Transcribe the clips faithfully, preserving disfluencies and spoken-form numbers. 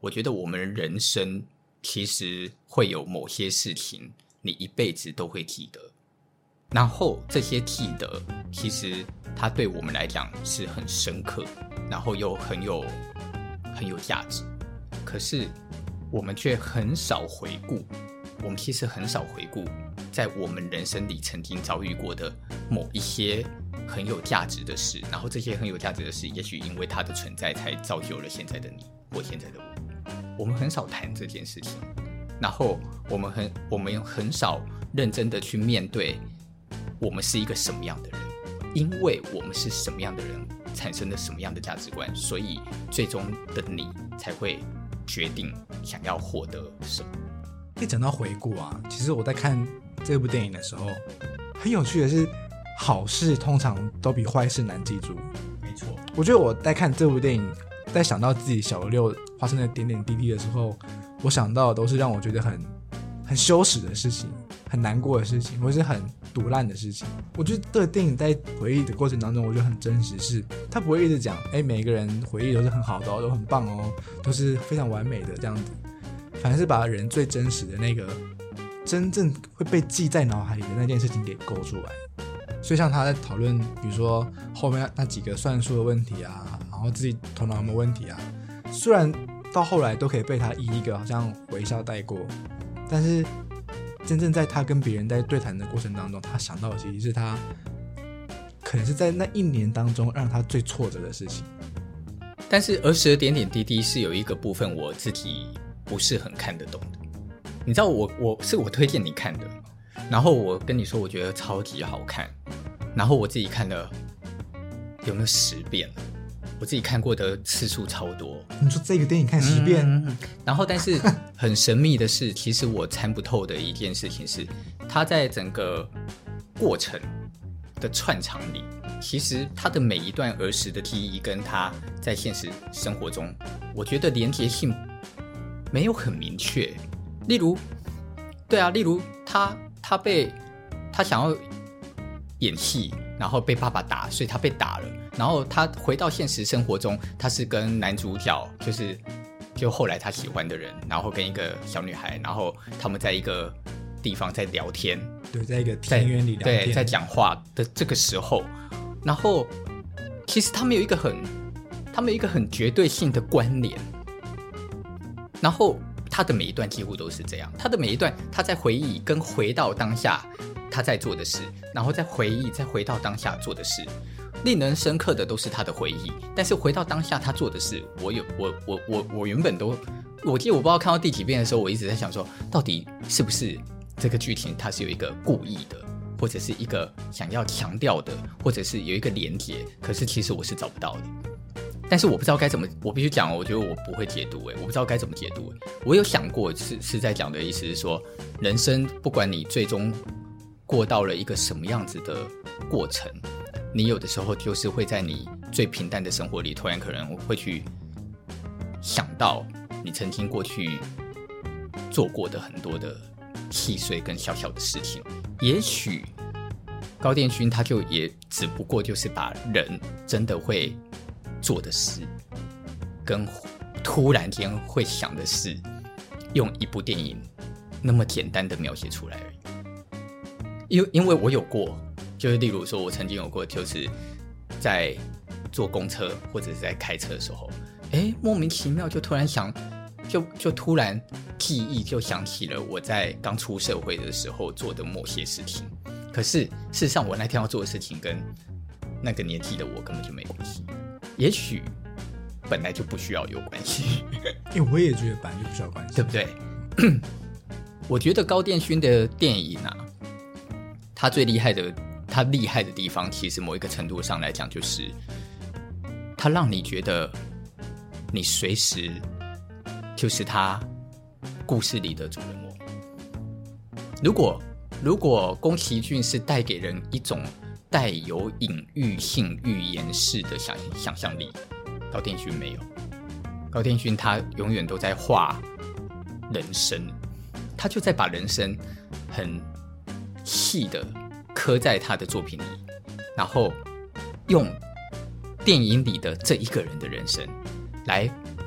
我觉得我们人生其实会有某些事情你一辈子都会记得，然后这些记得其实它对我们来讲是很深刻，然后又很有很有价值，可是我们却很少回顾，我们其实很少回顾在我们人生里曾经遭遇过的某一些很有价值的事，然后这些很有价值的事也许因为它的存在才造就了现在的你或现在的我。我们很少谈这件事情，然后我们很我们很少认真的去面对我们是一个什么样的人，因为我们是什么样的人产生了什么样的价值观，所以最终的你才会决定想要获得什么。 一讲到回顾啊，其实我在看这部电影的时候，很有趣的是，好事通常都比坏事难记住。 没错， 我觉得我在看这部电影，在想到自己小六发生的点点滴滴的时候，我想到的都是让我觉得很很羞耻的事情，很难过的事情，或是很毒烂的事情。我觉得这个电影在回忆的过程当中，我觉得很真实，是他不会一直讲，哎，每个人回忆都是很好的哦，都很棒哦，都是非常完美的这样子，反而是把人最真实的那个真正会被记在脑海里的那件事情给勾出来。所以像他在讨论比如说后面那几个算术的问题啊，然后自己头脑有没有问题啊，虽然到后来都可以被他一一个好像微笑带过，但是真正在他跟别人在对谈的过程当中，他想到的其实是他可能是在那一年当中让他最挫折的事情。 但是儿时的点点滴滴是有一个部分我自己不是很看得懂的，你知道我我是我推荐你看的，然后我跟你说我觉得超级好看，然后我自己看了有没有十遍了，我自己看过的次数超多。 你说这个电影看十遍、 嗯、然后但是很神秘的是其实我参不透的一件事情是，它在整个过程的串场里，其实他的每一段儿时的记忆跟他在现实生活中我觉得连结性没有很明确。例如对啊，例如他他被他想要演戏，然后被爸爸打，所以他被打了，然后他回到现实生活中，他是跟男主角就是就后来他喜欢的人，然后跟一个小女孩，然后他们在一个地方在聊天， 对，在一个田园里聊天， 对，在讲话的这个时候，然后其实他们有一个很他们有一个很绝对性的关联，然后他的每一段几乎都是这样，他的每一段他在回忆跟回到当下他在做的事，然后再回忆再回到当下做的事，令人深刻的都是他的回忆，但是回到当下他做的事，我有我我我我原本都我记得我不知道看到第几遍的时候，我一直在想说到底是不是这个剧情它是有一个故意的，或者是一个想要强调的，或者是有一个连结，可是其实我是找不到的。但是我不知道该怎么，我必须讲，我觉得我不会解读，我不知道该怎么解读。我有想过是是在讲的意思是说，人生不管你最终过到了一个什么样子的过程，你有的时候就是会在你最平淡的生活里，突然可能会去想到你曾经过去做过的很多的细碎跟小小的事情。也许高殿勋他就也只不过就是把人真的会做的事跟突然间会想的事，用一部电影那么简单的描写出来而已。因为因为我有过，就是例如说我曾经有过，就是在坐公车或者是在开车的时候，哎，莫名其妙就突然想就就突然记忆就想起了我在刚出社会的时候做的某些事情，可是事实上我那天要做的事情跟那个年纪的我根本就没关系，也许本来就不需要有关系。 因为我也觉得本来就不需要关系， 对不对？我觉得高殿勋的电影啊，他最厉害的他厉害的地方，其实某一个程度上来讲，就是他让你觉得你随时就是他故事里的主人翁。如果如果宫崎骏是带给人一种带有隐喻性预言式的想想象力，高殿勋没有。高殿勋他永远都在画人生，他就在把人生很细的刻在他的作品里，然后用电影里的这一个人的人生来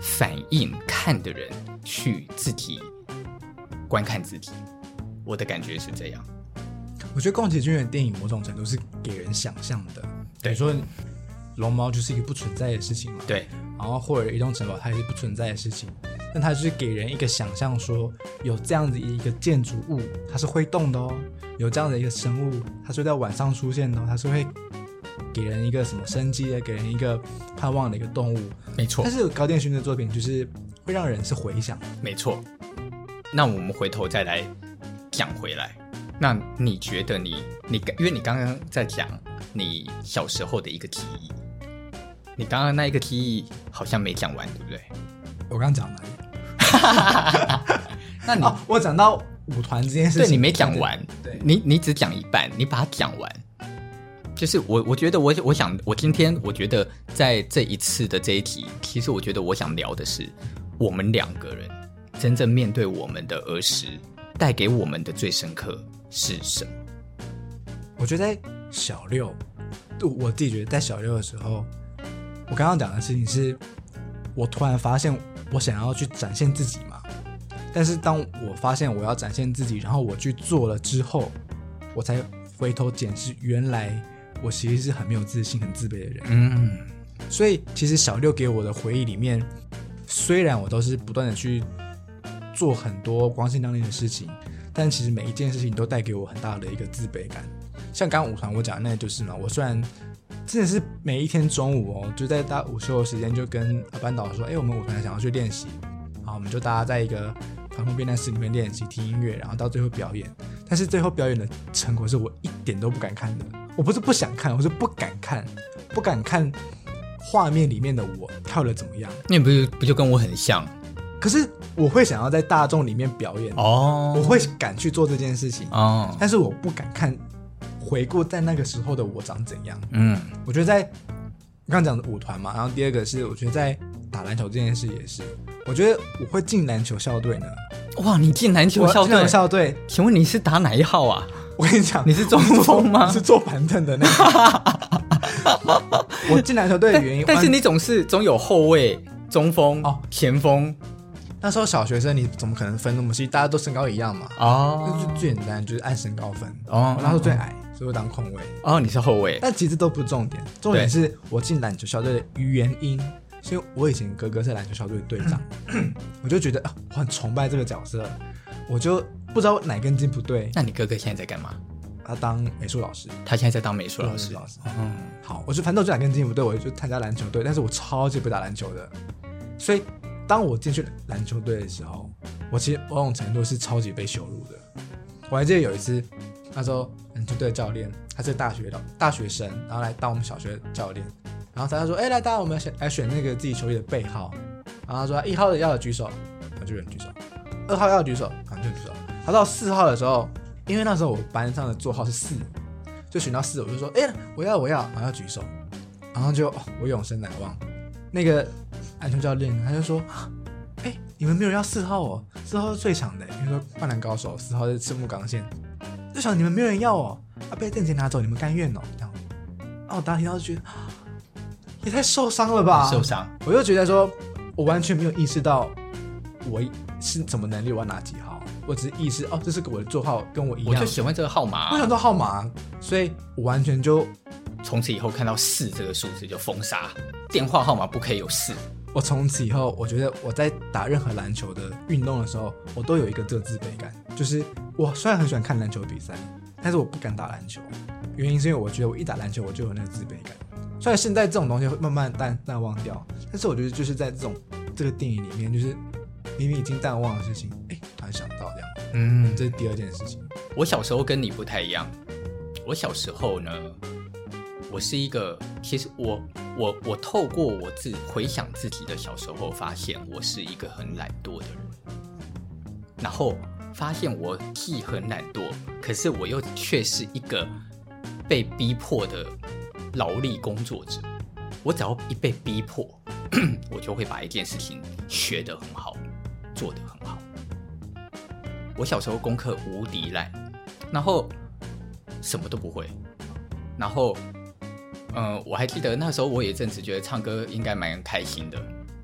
反映看的人去自己观看自己，我的感觉是这样。 我觉得宫崎骏的电影某种程度是给人想象的，比如说龙猫就是一个不存在的事情嘛， 对， 然后或者移动城堡它也是不存在的事情，但它就是给人一个想象，说有这样子一个建筑物它是会动的哦，有这样的一个生物它是在晚上出现的哦，它是会给人一个什么生机的，给人一个盼望的一个动物， 没错。 但是高畑勋的作品就是会让人是回想， 没错。那我们回头再来讲回来，那你觉得你你因为你刚刚在讲你小时候的一个记忆，你刚刚那一个记忆好像没讲完，对不对？ 我刚刚讲哪里？ 那你、 哦、我讲到舞团这件事情， 对，你没讲完， 对， 你你只讲一半，你把它讲完。就是我我觉得我我想我今天我觉得在这一次的这一集，其实我觉得我想聊的是我们两个人真正面对我们的儿时带给我们的最深刻是什么？ 我觉得在小六，我自己觉得在小六的时候，我刚刚讲的事情是，我突然发现我想要去展现自己嘛，但是当我发现我要展现自己，然后我去做了之后，我才回头检视，原来我其实是很没有自信、很自卑的人。 嗯， 所以其实小六给我的回忆里面，虽然我都是不断的去做很多光鲜亮丽的事情，但其实每一件事情都带给我很大的一个自卑感。像刚刚舞团我讲的那个就是嘛，我虽然真的是每一天中午哦，就在大午休的时间就跟班导说，哎，我们舞团想要去练习，好，我们就大家在一个防空便当室里面练习听音乐，然后到最后表演。但是最后表演的成果是我一点都不敢看的，我不是不想看，我是不敢看，不敢看画面里面的我跳得怎么样。 那不是不就跟我很像？ 可是我会想要在大众里面表演哦， 我会敢去做这件事情哦， 但是我不敢看回顾在那个时候的我长怎样。 嗯， 我觉得在刚刚讲的舞团嘛，然后第二个是我觉得在打篮球这件事也是，我觉得我会进篮球校队呢。 哇，你进篮球校队？ 进校队？ 请问你是打哪一号啊？ 我跟你讲， 你是中锋吗？ 是坐板凳的那个。我进篮球队的原因， 但是你总是总有后卫、中锋、哦、前锋。 那时候小学生你怎么可能分那么细？大家都身高一样嘛。 哦， 就最简单就是按身高分。 哦， 我那时候最矮，所以我当控卫。 哦，你是后卫。 但其实都不是重点，重点是我进篮球校队的原因。所以我以前哥哥是篮球校队的队长，我就觉得、啊、我很崇拜这个角色，我就不知道哪根筋不对。 那你哥哥现在在干嘛？ 他当美术老师。 他现在在当美术老师。 老师嗯，好，我就反正我就哪根筋不对，我就参加篮球队，但是我超级不打篮球的。所以当我进去篮球队的时候，我其实某种程度是超级被羞辱的。我还记得有一次，那时候篮球队的教练他是大学的大学生，然后来当我们小学的教练。然后他就说：“哎，来，大家我们来选那个自己球队的背号。”然后他说：“一号的要有举手，然后就有人举手；二号要有举手，然后就有人举手。”他到四号的时候，因为那时候我班上的座号是四，就选到四，我就说：“哎，我要，我要，然后要举手。”然后就、哦、我永生难忘。那个篮球教练他就说：“哎，你们没有人要四号哦，四号是最强的，因为说灌篮高手，四号是赤木刚宪，就想你们没有人要哦，啊被邓杰拿走，你们甘愿哦？”这样，然后我当时听到就觉得。也太受伤了吧！ 受伤， 我就觉得说，我完全没有意识到我是什么能力，我要拿几号。我只是意识哦，这是我的座号，跟我一样。 我就喜欢这个号码、啊， 我想做号码，所以我完全就从此以后看到四这个数字就封杀，电话号码不可以有四。 我从此以后，我觉得我在打任何篮球的运动的时候，我都有一个这个自卑感，就是我虽然很喜欢看篮球比赛，但是我不敢打篮球，原因是因为我觉得我一打篮球我就有那个自卑感。虽然现在这种东西会慢慢淡淡忘掉，但是我觉得就是在这种这个电影里面，就是明明已经淡忘的事情，哎，突然想到这样，嗯，这是第二件事情。 我小时候跟你不太一样，我小时候呢，我是一个，其实我我我透过我自回想自己的小时候，发现我是一个很懒惰的人，然后发现我既很懒惰，可是我又却是一个被逼迫的劳力工作者。我只要一被逼迫，我就会把一件事情学得很好，做得很好。我小时候功课无敌烂，然后什么都不会，然后，嗯、呃，我还记得那时候我有一阵子觉得唱歌应该蛮开心的，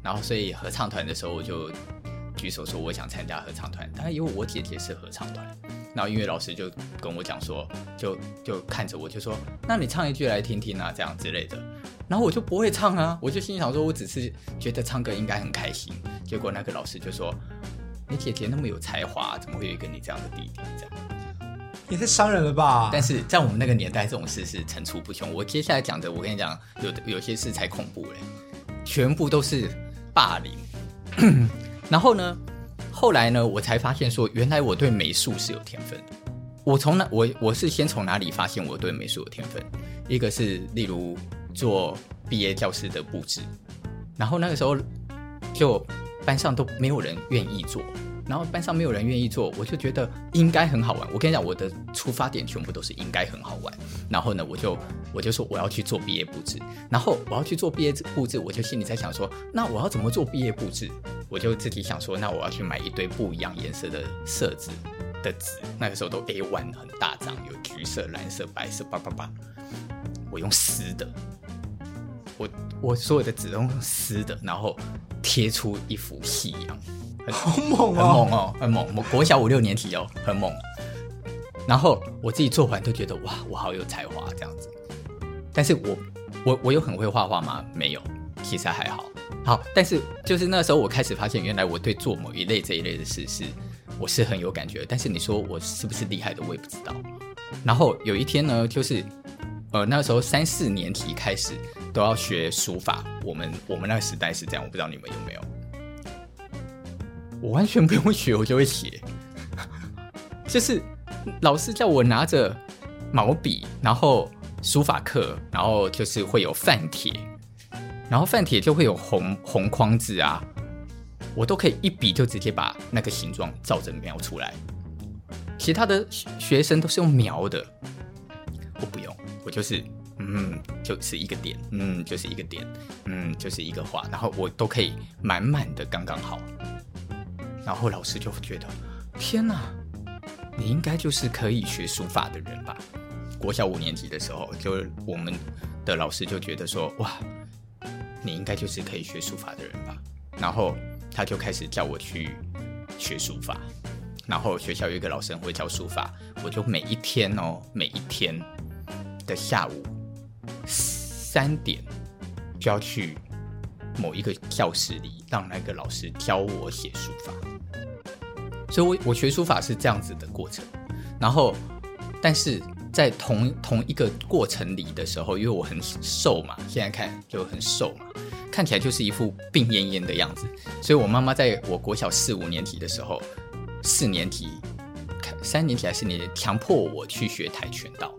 然后所以合唱团的时候我就举手说我想参加合唱团，但因为我姐姐是合唱团，然后音乐老师就跟我讲说，就就看着我就说，那你唱一句来听听啊，这样之类的。然后我就不会唱啊，我就心里想说，我只是觉得唱歌应该很开心。结果那个老师就说，你姐姐那么有才华，怎么会有一个你这样的弟弟？这样也太伤人了吧！ 但是在我们那个年代，这种事是层出不穷。我接下来讲的，我跟你讲，有的有些事才恐怖嘞，全部都是霸凌。然后呢，后来呢，我才发现说，原来我对美术是有天分的。我从哪我我是先从哪里发现我对美术有天分？一个是例如做毕业教室的布置，然后那个时候就班上都没有人愿意做，然后班上没有人愿意做，我就觉得应该很好玩。我跟你讲，我的出发点全部都是应该很好玩。然后呢，我就我就说我要去做毕业布置，然后我要去做毕业布置，我就心里在想说，那我要怎么做毕业布置？我就自己想说，那我要去买一堆不一样颜色的色纸的纸，那个时候都 A 一 很大张，有橘色、蓝色、白色，叭叭叭。我用撕的，我我所有的纸都用撕的，然后贴出一幅夕阳， 好猛哦， 很猛哦，很猛！我国小五六年级哦，很猛。然后我自己做完都觉得哇，我好有才华这样子。但是我我我有很会画画吗？没有，其实还好。好，但是就是那时候我开始发现，原来我对做某一类这一类的事是我是很有感觉的。但是你说我是不是厉害的，我也不知道。然后有一天呢，就是呃那时候三四年级开始都要学书法，我们我们那个时代是这样，我不知道你们有没有。我完全不用学，我就会写，就是老师叫我拿着毛笔，然后书法课，然后就是会有范帖，然后范帖就会有红红框字啊，我都可以一笔就直接把那个形状照着描出来。其他的学生都是用描的，我不用，我就是嗯，就是一个点，嗯，就是一个点，嗯，就是一个画，然后我都可以满满的刚刚好。然后老师就觉得，天哪，你应该就是可以学书法的人吧？国小五年级的时候，就我们的老师就觉得说，哇，你应该就是可以学书法的人吧？然后他就开始叫我去学书法。然后学校有一个老师会教书法，我就每一天哦，每一天的下午三点就要去某一个教室里，让那个老师教我写书法。所以我我学书法是这样子的过程。然后但是在同同一个过程里的时候，因为我很瘦嘛，现在看就很瘦嘛，看起来就是一副病恹恹的样子。所以我妈妈在我国小四五年级的时候，四年级三年级还是四年级强迫我去学跆拳道。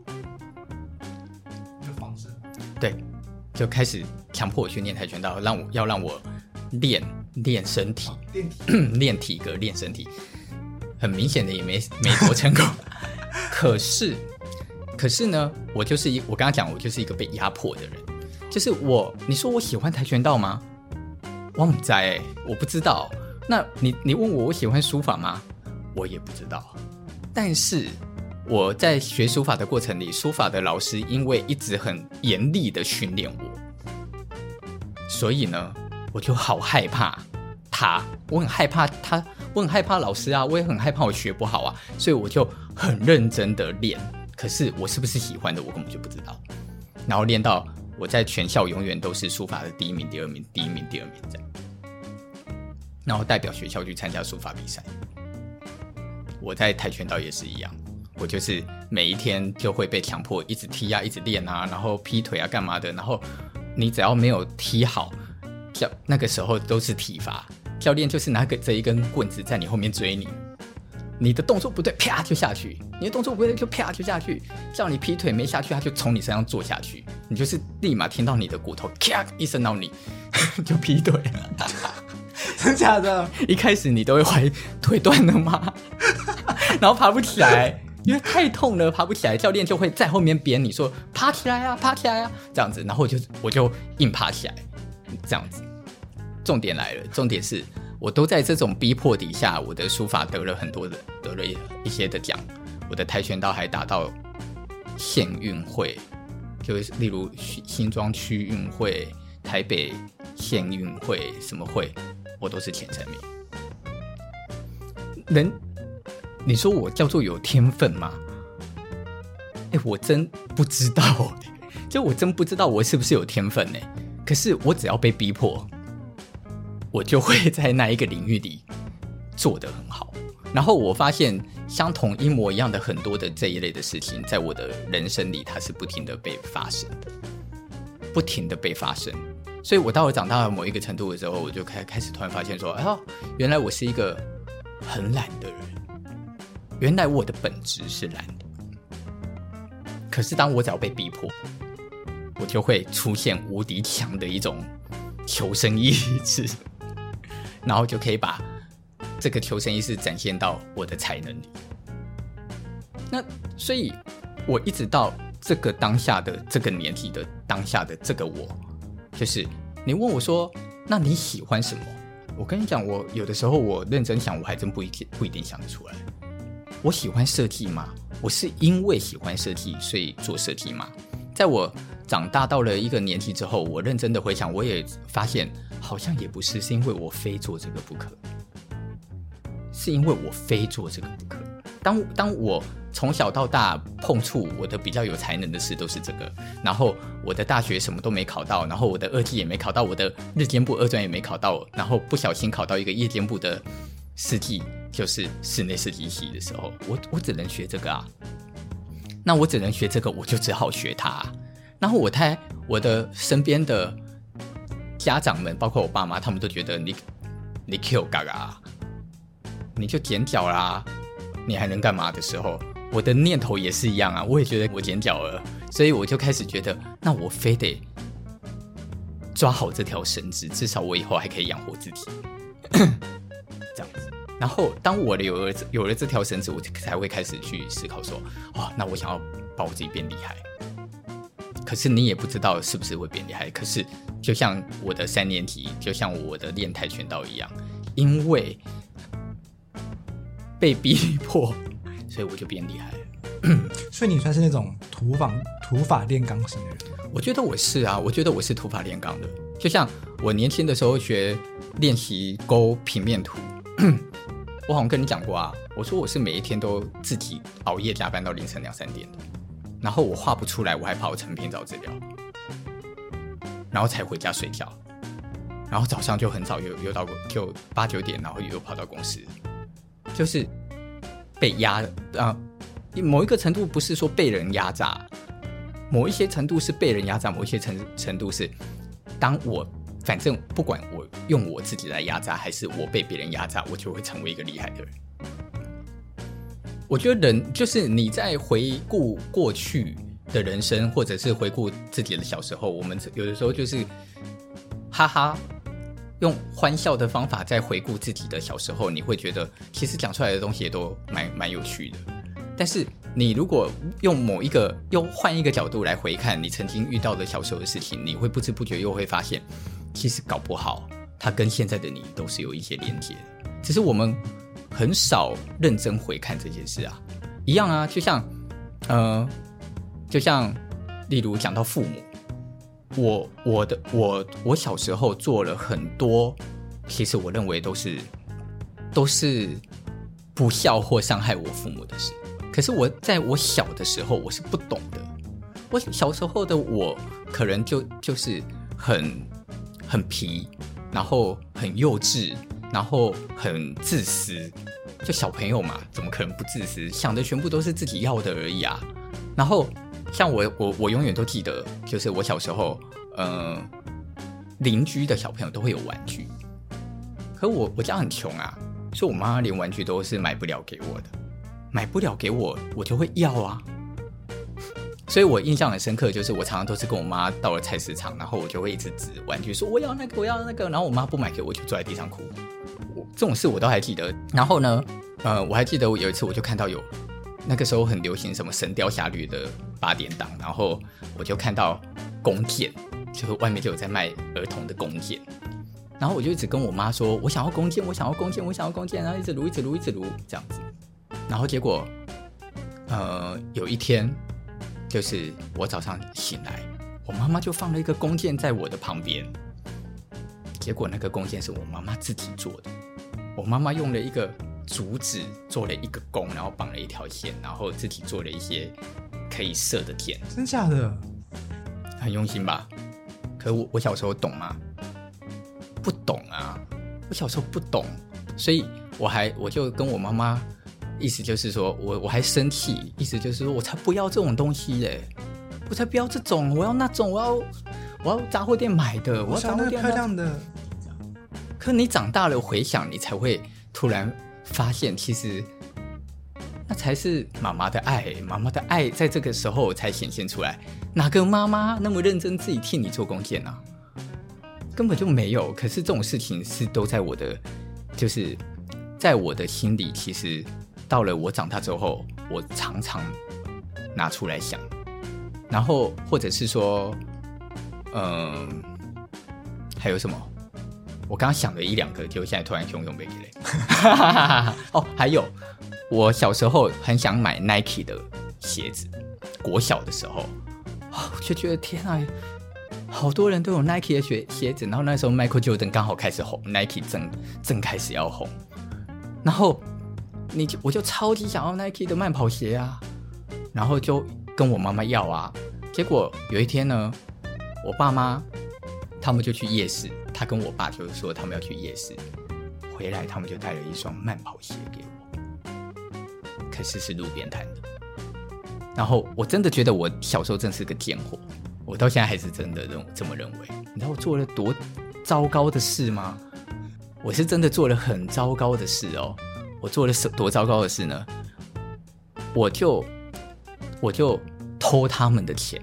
对，就开始强迫我去练跆拳道，让我要让我练练身体，练体格，练身体。很明显的也没没多成功。可是，可是呢，我就是一，我刚刚讲，我就是一个被压迫的人。就是我，你说我喜欢跆拳道吗？我不知道欸，我不知道。那你你问我我喜欢书法吗？我也不知道。但是我在学书法的过程里，书法的老师因为一直很严厉的训练我，所以呢，我就好害怕他，我很害怕他，我很害怕老师啊，我也很害怕我学不好啊，所以我就很认真的练。可是我是不是喜欢的，我根本就不知道。然后练到我在全校永远都是书法的第一名、第二名、第一名、第二名这样。然后代表学校去参加书法比赛。我在跆拳道也是一样，我就是每一天就会被强迫一直踢啊，一直练啊，然后劈腿啊干嘛的。然后你只要没有踢好，教那个时候都是体罚，教练就是拿着一根棍子在你后面追你，你的动作不对，啪就下去；你的动作不对，就啪就下去。叫你劈腿没下去，他就从你身上坐下去，你就是立马听到你的骨头咔一声到你就劈腿了。 真假的？ 一开始你都会怀疑腿断了吗？然后爬不起来，因为太痛了，爬不起来。教练就会在后面扁你说：“爬起来啊，爬起来啊！”这样子，然后我就我就硬爬起来，这样子。重点来了，重点是我都在这种逼迫底下，我的书法得了很多的，得了一些的奖。我的跆拳道还打到县运会，就是例如新庄区运会、台北县运会什么会，我都是前三名。人，你说我叫做有天分吗？哎，我真不知道，就我真不知道我是不是有天分呢？可是我只要被逼迫，我就会在那一个领域里做得很好。然后我发现相同一模一样的很多的这一类的事情，在我的人生里，它是不停的被发生的，不停的被发生。所以我到了长大到某一个程度的时候，我就开开始突然发现说，哎呦，原来我是一个很懒的人，原来我的本质是懒的。可是当我只要被逼迫，我就会出现无敌强的一种求生意志，然后就可以把这个求生意识展现到我的才能里。那所以我一直到这个当下的这个年纪的当下的这个我，就是你问我说那你喜欢什么，我跟你讲，我有的时候我认真想，我还真不一定不一定想得出来。我喜欢设计吗？我是因为喜欢设计所以做设计吗？在我长大到了一个年纪之后，我认真的回想，我也发现好像也不是，是因为我非做这个不可，是因为我非做这个不可。当当我从小到大碰触我的比较有才能的事都是这个，然后我的大学什么都没考到，然后我的二技也没考到，我的日间部二专也没考到，然后不小心考到一个夜间部的四技，就是室内设计系的时候，我我只能学这个啊。那我只能学这个，我就只好学它啊。然后我太我的身边的家长们，包括我爸妈，他们都觉得你你 Q 嘎嘎，你就剪脚啦，你还能干嘛的时候，我的念头也是一样啊，我也觉得我剪脚了，所以我就开始觉得，那我非得抓好这条绳子，至少我以后还可以养活自己，这样子。然后当我的有了有了这条绳子，我才会开始去思考说，哦，那我想要把我自己变厉害。可是你也不知道是不是会变厉害。可是就像我的三年级，就像我的练跆拳道一样，因为被逼迫，所以我就变厉害了。 所以你算是那种土法土法炼钢型的人？ 我觉得我是啊，我觉得我是土法炼钢的。就像我年轻的时候学练习勾平面图，我好像跟你讲过啊，我说我是每一天都自己熬夜加班到凌晨两三点的，然后我画不出来，我还跑成品找资料，然后才回家睡觉，然后早上就很早又又到就八九点，然后又跑到公司，就是被压啊，某一个程度不是说被人压榨，某一些程度是被人压榨，某一些程程度是当我反正不管我用我自己来压榨，还是我被别人压榨，我就会成为一个厉害的人。我觉得人就是你在回顾过去的人生，或者是回顾自己的小时候，我们有的时候就是哈哈用欢笑的方法在回顾自己的小时候，你会觉得其实讲出来的东西也都蛮蛮有趣的。但是你如果用某一个又换一个角度来回看你曾经遇到的小时候的事情，你会不知不觉又会发现，其实搞不好它跟现在的你都是有一些连接的，只是我们很少认真回看这件事啊。一样啊，就像呃，就像例如讲到父母，我我的我我小时候做了很多，其实我认为都是都是不孝或伤害我父母的事。可是我在我小的时候，我是不懂的。我小时候的我，可能就就是很很皮，然后很幼稚，然后很自私。就小朋友嘛，怎么可能不自私？想的全部都是自己要的而已啊。然后像我我我永远都记得，就是我小时候，呃，邻居的小朋友都会有玩具，可我我家很穷啊，所以我妈连玩具都是买不了给我的。买不了给我，我就会要啊。所以我印象很深刻，就是我常常都是跟我妈到了菜市场，然后我就会一直指玩具说我要那个我要那个，然后我妈不买给我，就坐在地上哭。这种事我都还记得。然后呢，呃，我还记得有一次我就看到有那个时候很流行什么《神雕侠侣》的八点档，然后我就看到弓箭，就是外面就有在卖儿童的弓箭。然后我就一直跟我妈说，我想要弓箭，我想要弓箭，我想要弓箭，然后一直撸，一直撸，一直撸，这样子。然后结果，呃，有一天，就是我早上醒来，我妈妈就放了一个弓箭在我的旁边， 结果那个弓箭是我妈妈自己做的，我妈妈用了一个竹子做了一个弓，然后绑了一条线，然后自己做了一些可以射的箭。 真假的？ 很用心吧？可我我小时候懂吗？不懂啊，我小时候不懂，所以我还我就跟我妈妈，意思就是说我我还生气，意思就是说我才不要这种东西嘞，我才不要这种，我要那种，我要我要杂货店买的，我要杂货店漂亮的。 可你长大了回想，你才会突然发现，其实那才是妈妈的爱，妈妈的爱在这个时候才显现出来。哪个妈妈那么认真自己替你做弓箭啊？根本就没有。可是这种事情是都在我的，就是在我的心里，其实到了我长大之后，我常常拿出来想，然后或者是说，嗯、呃，还有什么？我刚刚想了一两个，就现在突然汹涌被给嘞。哦，还有，我小时候很想买 Nike 的鞋子，国小的时候，哦、就觉得天啊，好多人都有 Nike 的鞋鞋子，然后那时候 Michael Jordan 刚好开始红 ，Nike 正正开始要红，然后你就我就超级想要 Nike 的慢跑鞋啊，然后就跟我妈妈要啊，结果有一天呢，我爸妈他们就去夜市。他跟我爸就是说他们要去夜市，回来他们就带了一双慢跑鞋给我，可是是路边摊的。然后我真的觉得我小时候真是个贱货，我到现在还是真的这么认为。你知道我做了多糟糕的事吗？我是真的做了很糟糕的事哦。我做了多糟糕的事呢？我就我就偷他们的钱。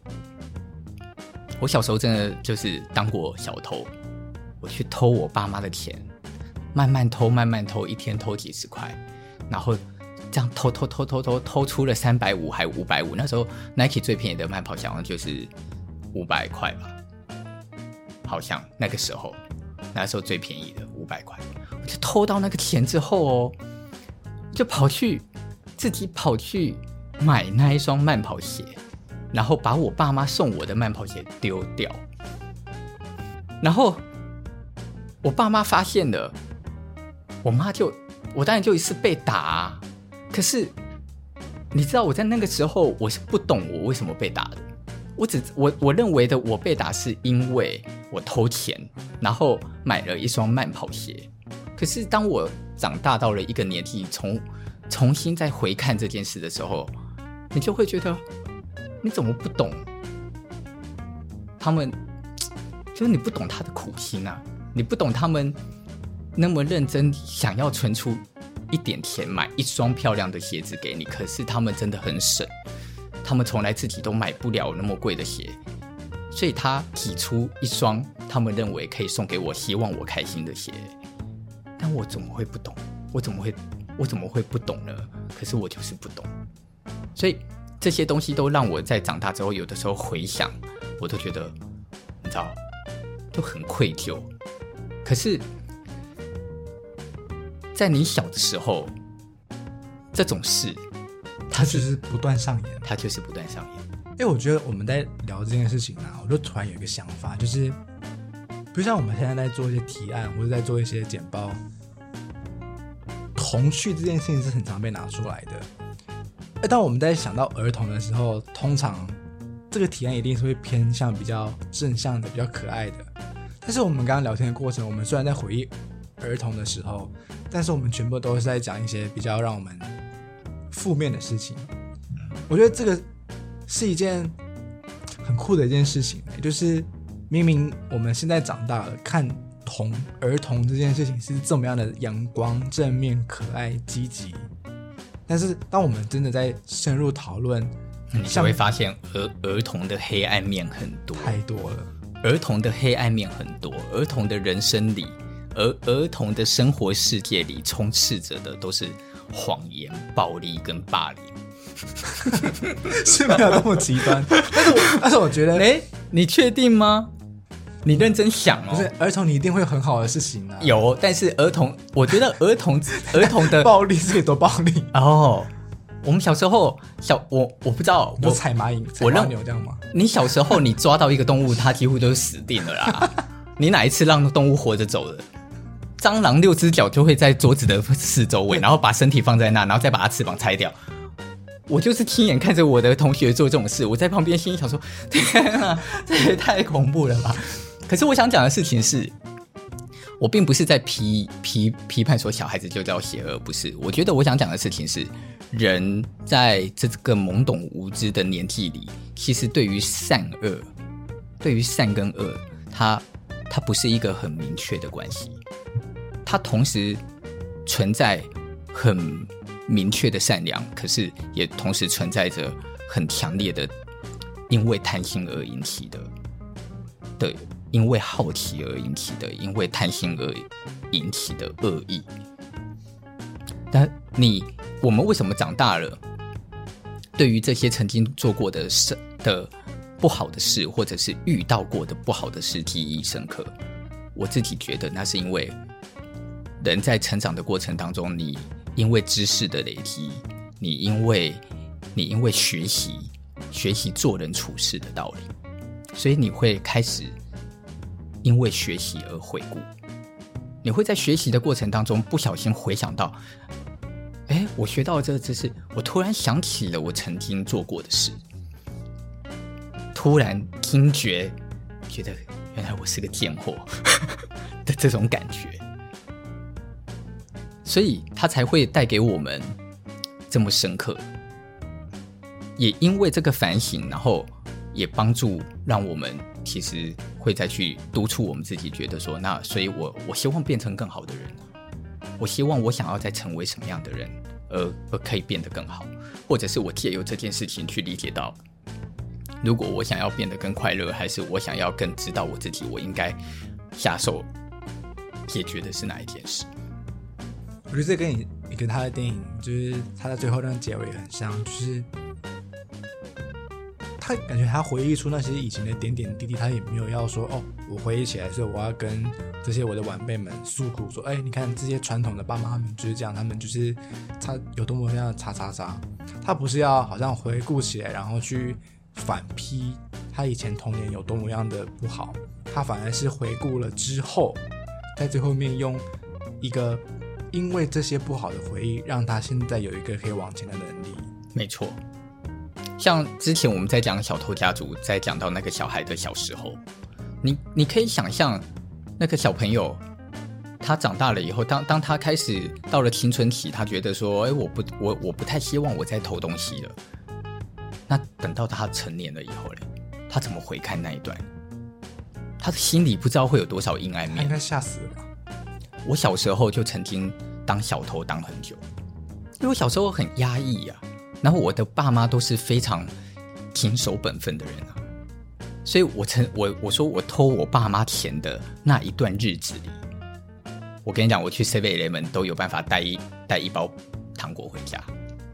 我小时候真的就是当过小偷。我去偷我爸妈的钱，慢慢偷慢慢偷，一天偷几十块，然后这样偷偷偷偷偷偷出了三百五还五百五。那时候 Nike 最便宜的慢跑鞋好像就是五百块吧，好像那个时候那时候最便宜的五百块。我就偷到那个钱之后哦，就跑去自己跑去买那一双慢跑鞋，然后把我爸妈送我的慢跑鞋丢掉，然后我爸妈发现了，我妈就我当然就一次被打啊。可是你知道我在那个时候我是不懂我为什么被打的，我只我我认为的我被打是因为我偷钱，然后买了一双慢跑鞋。可是当我长大到了一个年纪，重重新再回看这件事的时候，你就会觉得你怎么不懂他们，就是你不懂他的苦心啊，你不懂他们那么认真想要存出一点钱买一双漂亮的鞋子给你，可是他们真的很省，他们从来自己都买不了那么贵的鞋，所以他挤出一双他们认为可以送给我希望我开心的鞋。但我怎么会不懂，我怎么会我怎么会不懂呢？可是我就是不懂，所以这些东西都让我在长大之后有的时候回想，我都觉得你知道就很愧疚。可是在你小的时候，这种事它就是不断上演， 它就是不断上演。 因为我觉得我们在聊这件事情啊，我就突然有一个想法，就是比如像我们现在在做一些提案或者在做一些简报，童趣这件事情是很常被拿出来的。当我们在想到儿童的时候，通常这个提案一定是会偏向比较正向的，比较可爱的。但是我们刚刚聊天的过程，我们虽然在回忆儿童的时候，但是我们全部都是在讲一些比较让我们负面的事情。我觉得这个是一件很酷的一件事情，就是明明我们现在长大了，看童儿童这件事情是这么样的阳光、正面、可爱、积极，但是当我们真的在深入讨论， 你就会发现儿儿童的黑暗面很多， 太多了。 儿童的黑暗面很多，儿童的人生里，儿儿童的生活世界里充斥着的都是谎言、暴力跟霸凌。 是没有那么极端，但是我但是我觉得， 哎，你确定吗？你认真想哦。 不是儿童，你一定会有很好的事情啊。 有，但是儿童，我觉得儿童儿童的暴力是有多暴力哦。我们小时候，小我我不知道， 我踩蚂蚁、踩蜗牛这样吗？ 你小时候你抓到一个动物，它几乎都是死定了啦。 你哪一次让动物活着走了？蟑螂六只脚就会在桌子的四周围，然后把身体放在那，然后再把它翅膀拆掉。我就是亲眼看着我的同学做这种事，我在旁边心里想说：天啊，这也太恐怖了吧！可是我想讲的事情是，我并不是在批批批判说小孩子就叫邪恶，不是。我觉得我想讲的事情是，人在这个懵懂无知的年纪里，其实对于善恶，对于善跟恶，它它不是一个很明确的关系，它同时存在很明确的善良，可是也同时存在着很强烈的因为贪心而引起的的因为好奇而引起的因为贪心而引起的恶意。但你我们为什么长大了，对于这些曾经做过的事的不好的事，或者是遇到过的不好的事记忆深刻？我自己觉得那是因为人在成长的过程当中，你因为知识的累积，你因为你因为学习学习做人处事的道理，所以你会开始因为学习而回顾，你会在学习的过程当中不小心回想到，哎，我学到了这个知识，我突然想起了我曾经做过的事，突然惊觉，觉得原来我是个贱货的这种感觉。所以它才会带给我们这么深刻，也因为这个反省，然后也帮助让我们其实会再去督促我们自己，觉得说，那所以我我希望变成更好的人，我希望我想要再成为什么样的人，而而可以变得更好，或者是我借由这件事情去理解到，如果我想要变得更快乐，还是我想要更知道我自己，我应该下手解决的是哪一件事。 我觉得这跟你你跟他的电影，就是他在最后那个结尾很像，就是他感觉他回忆出那些以前的点点滴滴，他也没有要说哦，我回忆起来的时候，我要跟这些我的晚辈们诉苦说，哎，你看这些传统的爸妈他们就是这样，他们就是他有多么样的叉叉叉，他不是要好像回顾起来，然后去反批他以前童年有多么样的不好，他反而是回顾了之后，在最后面用一个。因为这些不好的回忆，让他现在有一个可以往前的能力。 没错，像之前我们在讲小偷家族，在讲到那个小孩的小时候，你你可以想象那个小朋友，他长大了以后，当当他开始到了青春期，他觉得说，哎，我不我我不太希望我再偷东西了。那等到他成年了以后嘞，他怎么回看那一段？他的心里不知道会有多少阴暗面， 他应该吓死了吧。 我小时候就曾经当小偷当很久，因为我小时候很压抑啊，然后我的爸妈都是非常谨守本分的人啊，所以我曾我我说我偷我爸妈钱的那一段日子里，我跟你讲，我去 seven eleven 都有办法带一带一包糖果回家，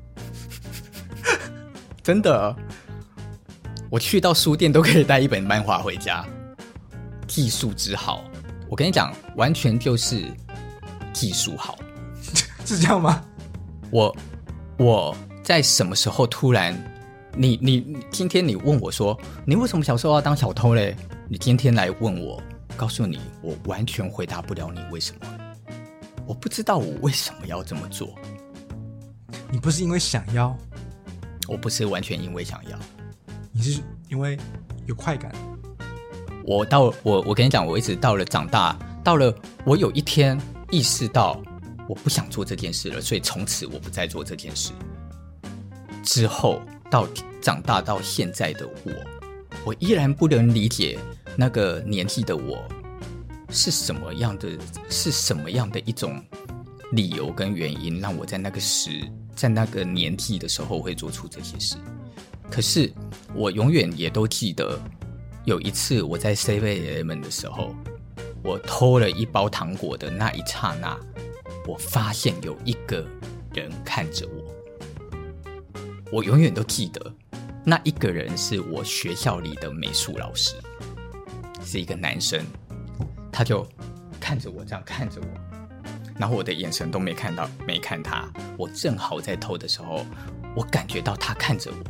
真的，我去到书店都可以带一本漫画回家，技术之好。我跟你讲，完全就是技术好， 是这样吗？ 我我在什么时候突然，你你今天你问我说，你为什么小时候要当小偷嘞？你今天来问我，告诉你，我完全回答不了你为什么，我不知道我为什么要这么做。 你不是因为想要， 我不是完全因为想要， 你是因为有快感。 我到我我跟你讲，我一直到了长大，到了我有一天意识到我不想做这件事了，所以从此我不再做这件事。之后到长大到现在的我，我依然不能理解那个年纪的我是什么样的，是什么样的一种理由跟原因，让我在那个时在那个年纪的时候会做出这些事。可是我永远也都记得。有一次我在 seven eleven 的时候，我偷了一包糖果的那一刹那，我发现有一个人看着我，我永远都记得那一个人是我学校里的美术老师，是一个男生，他就看着我这样看着我，然后我的眼神都没看到没看他，我正好在偷的时候，我感觉到他看着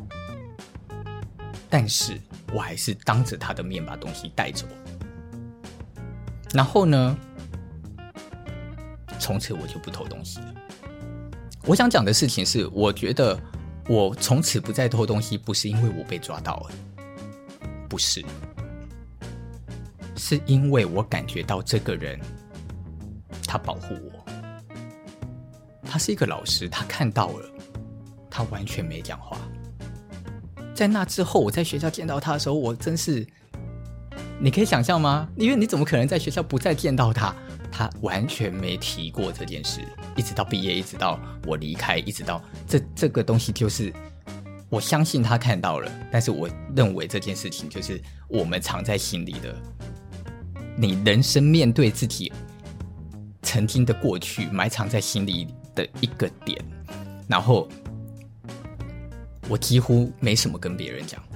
我，但是我还是当着他的面把东西带走。 然后呢，从此我就不偷东西了。我想讲的事情是，我觉得我从此不再偷东西，不是因为我被抓到了，不是，是因为我感觉到这个人他保护我，他是一个老师，他看到了，他完全没讲话。在那之后，我在学校见到他的时候，我真是，你可以想象吗？因为你怎么可能在学校不再见到他？他完全没提过这件事，一直到毕业，一直到我离开，一直到这这个东西，就是我相信他看到了，但是我认为这件事情就是我们藏在心里的。你人生面对自己曾经的过去，埋藏在心里的一个点，然后我几乎没什么跟别人讲，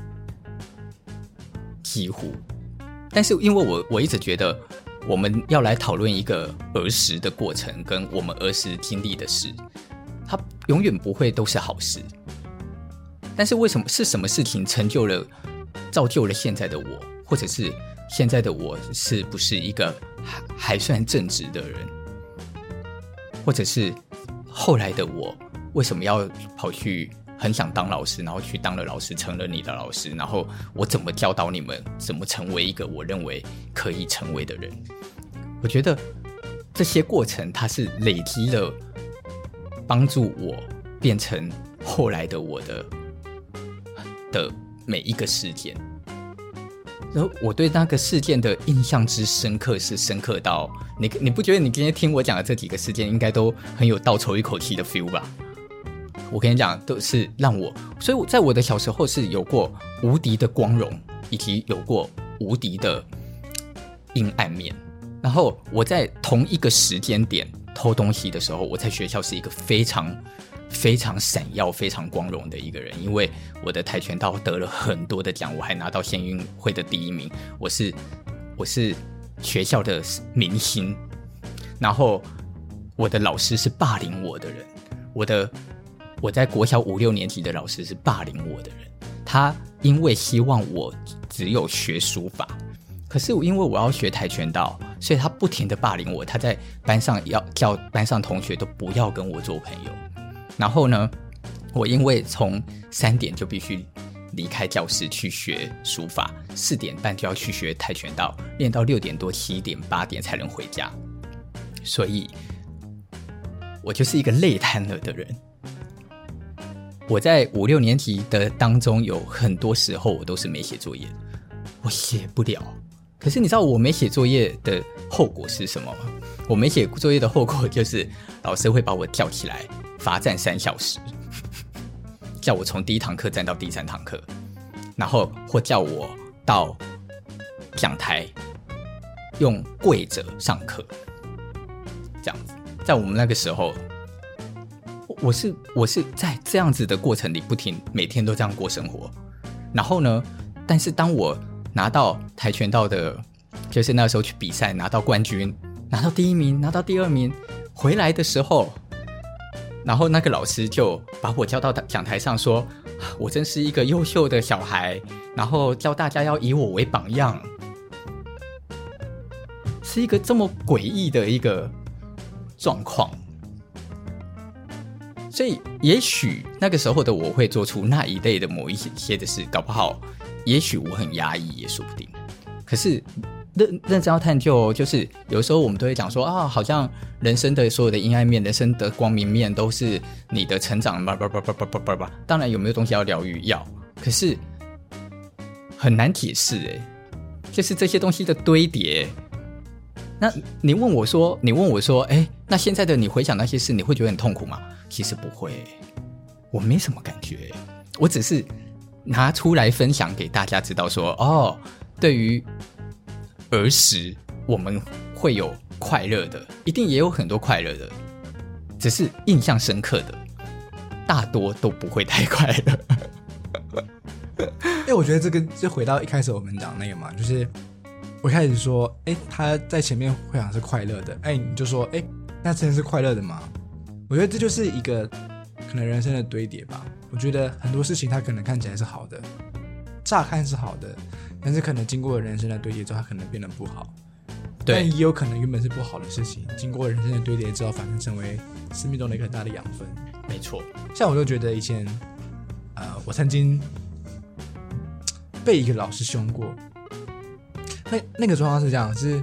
几乎。但是因为我我一直觉得我们要来讨论一个儿时的过程，跟我们儿时经历的事，它永远不会都是好事。但是为什么是什么事情成就了、造就了现在的我，或者是现在的我是不是一个还还算正直的人，或者是后来的我为什么要跑去很想当老师，然后去当了老师，成了你的老师，然后我怎么教导你们怎么成为一个我认为可以成为的人。我觉得这些过程它是累积了帮助我变成后来的我的的每一个事件。然后我对那个事件的印象之深刻是深刻到你你不觉得你今天听我讲的这几个事件应该都很有倒抽一口气的 feel 吧？我跟你讲，都是让我，所以我在我的小时候是有过无敌的光荣，以及有过无敌的阴暗面。然后我在同一个时间点偷东西的时候，我在学校是一个非常非常闪耀、非常光荣的一个人，因为我的跆拳道得了很多的奖，我还拿到县运会的第一名，我是我是学校的明星。然后我的老师是霸凌我的人，我的我在国小五六年级的老师是霸凌我的人，他因为希望我只有学书法，可是因为我要学跆拳道，所以他不停的霸凌我，他在班上要叫班上同学都不要跟我做朋友。然后呢，我因为从三点就必须离开教室去学书法，四点半就要去学跆拳道，练到六点多、七点、八点才能回家，所以我就是一个累瘫了的人。我在五六年级的当中，有很多时候我都是没写作业，我写不了。可是你知道我没写作业的后果是什么吗？我没写作业的后果就是老师会把我叫起来罚站三小时，叫我从第一堂课站到第三堂课，然后或叫我到讲台用跪着上课，这样子。在我们那个时候，我是我是在这样子的过程里不停，每天都这样过生活。然后呢，但是当我拿到跆拳道的，就是那时候去比赛拿到冠军，拿到第一名，拿到第二名回来的时候，然后那个老师就把我叫到讲台上说，我真是一个优秀的小孩，然后教大家要以我为榜样，是一个这么诡异的一个状况。所以也许那个时候的我会做出那一类的某一些的事，搞不好也许我很压抑也说不定。可是认认真要探究，就是有时候我们都会讲说啊，好像人生的所有的阴暗面，人生的光明面都是你的成长，叭叭叭叭叭叭叭。当然有没有东西要疗愈，要，可是很难解释哎，就是这些东西的堆叠。那你问我说，你问我说，哎，那现在的你回想那些事，你会觉得很痛苦吗？其实不会，我没什么感觉，我只是拿出来分享给大家知道说，哦，对于儿时我们会有快乐的，一定也有很多快乐的，只是印象深刻的大多都不会太快乐。 因为我觉得这个就回到一开始我们讲那个嘛，就是我一开始说，哎，他在前面会想是快乐的，哎，你就说，哎，那真的是快乐的吗？我觉得这就是一个可能人生的堆叠吧。我觉得很多事情它可能看起来是好的，乍看是好的，但是可能经过人生的堆叠之后，它可能变得不好。 对， 但也有可能原本是不好的事情，经过人生的堆叠之后，反而成为生命中的一个很大的养分。 没错， 像我就觉得以前，呃，我曾经被一个老师凶过。那那个状况是这样，是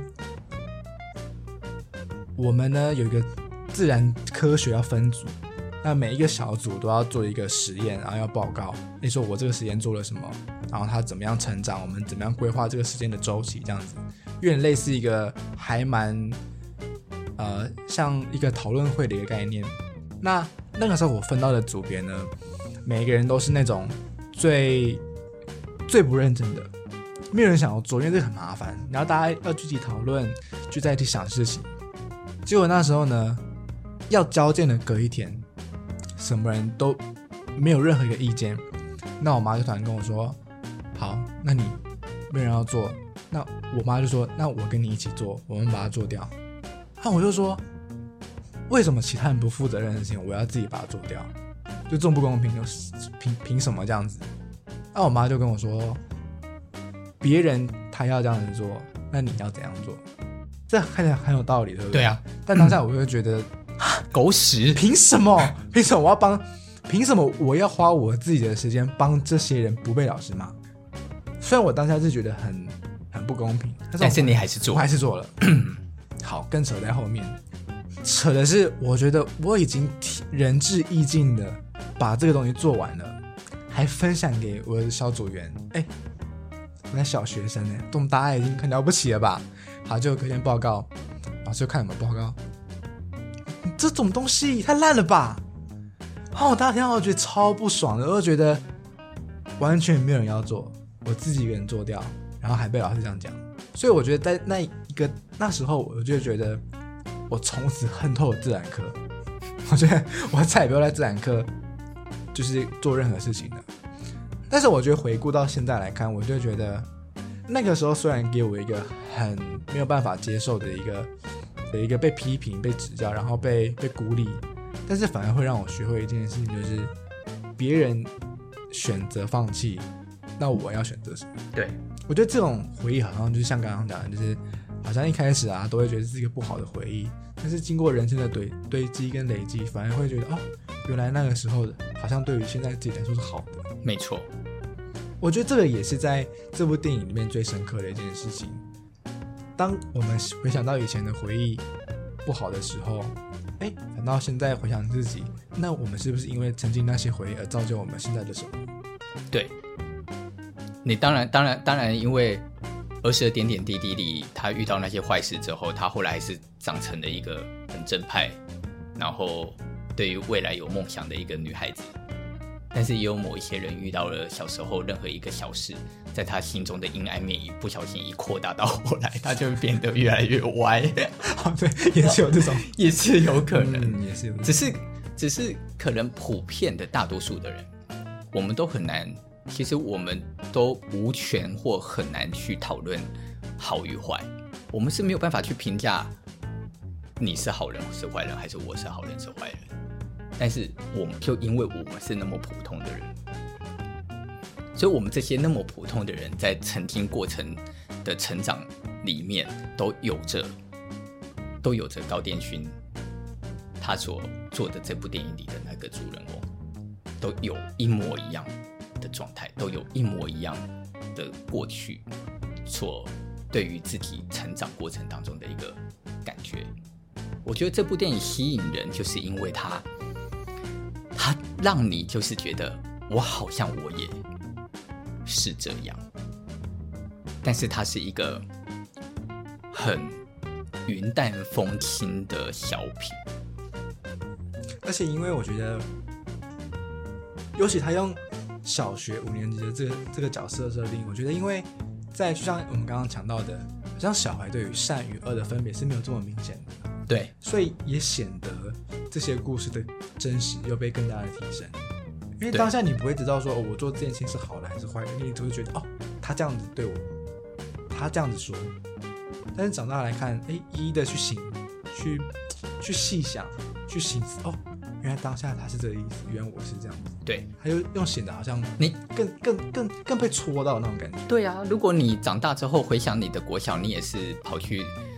我们呢有一个自然科学要分组，那每一个小组都要做一个实验，然后要报告，你说我这个实验做了什么，然后它怎么样成长，我们怎么样规划这个时间的周期，这样子，有点类似一个还蛮呃像一个讨论会的一个概念。那那个时候我分到的组别呢，每一个人都是那种最最不认真的，没有人想要做，因为这个很麻烦，然后大家要具体讨论，就在一起想事情。结果那时候呢，要交件的隔一天，什么人都没有任何一个意见。那我妈就突然跟我说：“好，那你没有人要做，那我妈就说：那我跟你一起做，我们把它做掉。”那我就说：“为什么其他人不负责任的事情，我要自己把它做掉？就这种不公平，凭凭什么这样子？”那我妈就跟我说：“别人他要这样子做，那你要怎样做？”这看起来很有道理，对不对？ 对啊。 但当下我就觉得， 狗屎！ 凭什么？凭什么我要帮？凭什么我要花我自己的时间帮这些人不被老师骂？虽然我当下是觉得很很不公平，但是, 但是你还是做， 我还是做了。好，更扯在后面，扯的是我觉得我已经仁至义尽的把这个东西做完了，还分享给我的小组员。哎，我在小学生呢，这么大爱已经很了不起了吧？好，就隔天报告，老师就看有没有报告。这种东西太烂了吧！然后我当天我觉得超不爽的，我就觉得完全没有人要做，我自己一个人做掉，然后还被老师这样讲。所以我觉得在那一个那时候，我就觉得我从此恨透了自然科。我觉得我再也不要在自然科就是做任何事情了。但是我觉得回顾到现在来看，我就觉得那个时候虽然给我一个很没有办法接受的一个的一个被批评、被指教，然后被被鼓励，但是反而会让我学会一件事情，就是别人选择放弃，那我要选择什么？ 对，我觉得这种回忆好像就是像刚刚讲的，就是好像一开始啊都会觉得是一个不好的回忆，但是经过人生的堆堆积跟累积，反而会觉得哦，原来那个时候好像对于现在自己来说是好的。 没错， 我觉得这个也是在这部电影里面最深刻的一件事情。当我们回想到以前的回忆不好的时候，哎，反倒现在回想自己，那我们是不是因为曾经那些回忆而造就我们现在的什么？ 对，你当然当然当然因为儿时的点点滴滴里，他遇到那些坏事之后，他后来还是长成了一个很正派，然后对于未来有梦想的一个女孩子。但是也有某一些人遇到了小时候任何一个小事，在他心中的阴暗面一不小心一扩大到后来，他就会变得越来越歪。 哦，对，也是有这种， 也是有可能， 嗯、也是有， 只是只是可能普遍的大多数的人，我们都很难，其实我们都无权或很难去讨论好与坏，我们是没有办法去评价你是好人是坏人，还是我是好人是坏人。但是我们就因为我们是那么普通的人，所以我们这些那么普通的人在曾经过程的成长里面都有着都有着高殿勋他所做的这部电影里的那个主人翁，都有一模一样的状态，都有一模一样的过去所对于自己成长过程当中的一个感觉。我觉得这部电影吸引人，就是因为它它让你就是觉得我好像我也是这样，但是它是一个很云淡风轻的小品。 而且因为我觉得尤其他用小学五年级的这个这个角色设定，我觉得因为在就像我们刚刚讲到的，好像小孩对于善与恶的分别是没有这么明显的， 对， 所以也显得这些故事的真实又被更加的提升。因为当下你不会知道说、哦、我做这件事情是好的还是坏的，你只会觉得哦，他这样子对我，他这样子说。但是长大来看，哎，一一的去想，去去细想，去省思，哦，原来当下他是这个意思，原来我是这样子。 对， 他又用显得好像你更更更更被戳到那种感觉。 对啊，如果你长大之后回想你的国小，你也是跑去